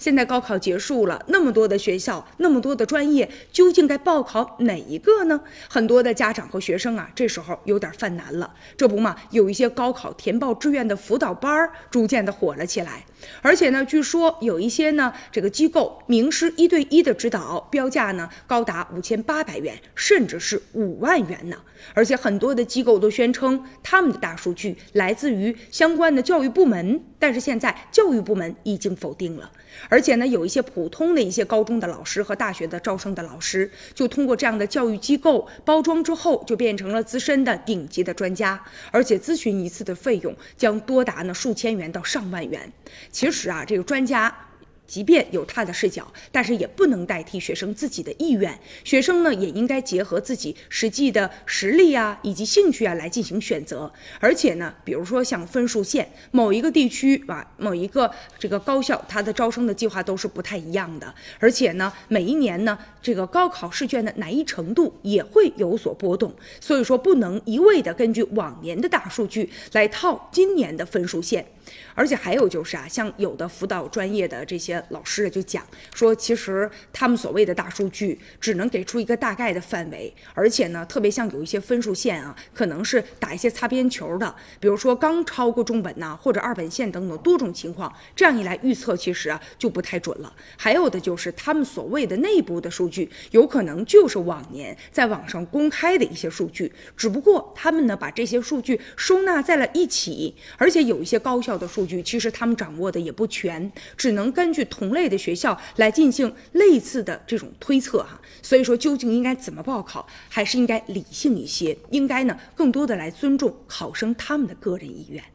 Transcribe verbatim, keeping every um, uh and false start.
现在高考结束了，那么多的学校，那么多的专业，究竟该报考哪一个呢？很多的家长和学生啊，这时候有点犯难了。这不嘛，有一些高考填报志愿的辅导班逐渐的火了起来。而且呢，据说有一些呢，这个机构名师一对一的指导，标价呢高达五千八百元，甚至是五万元呢。而且很多的机构都宣称，他们的大数据来自于相关的教育部门，但是现在教育部门已经否定了。而且呢，有一些普通的一些高中的老师和大学的招生的老师，就通过这样的教育机构包装之后，就变成了资深的顶级的专家，而且咨询一次的费用将多达呢数千元到上万元。其实啊，这个专家即便有他的视角，但是也不能代替学生自己的意愿。学生呢，也应该结合自己实际的实力啊，以及兴趣啊来进行选择。而且呢，比如说像分数线，某一个地区啊，某一个这个高校，它的招生的计划都是不太一样的。而且呢，每一年呢，这个高考试卷的难易程度也会有所波动。所以说，不能一味的根据往年的大数据来套今年的分数线。而且还有就是啊，像有的辅导专业的这些老师就讲说，其实他们所谓的大数据只能给出一个大概的范围，而且呢，特别像有一些分数线啊，可能是打一些擦边球的，比如说刚超过中本呐、啊，或者二本线等等多种情况，这样一来预测其实啊就不太准了。还有的就是他们所谓的内部的数据，有可能就是往年在网上公开的一些数据，只不过他们呢把这些数据收纳在了一起，而且有一些高校的数据其实他们掌握的也不全，只能根据同类的学校来进行类似的这种推测哈。所以说，究竟应该怎么报考，还是应该理性一些，应该呢更多的来尊重考生他们的个人意愿。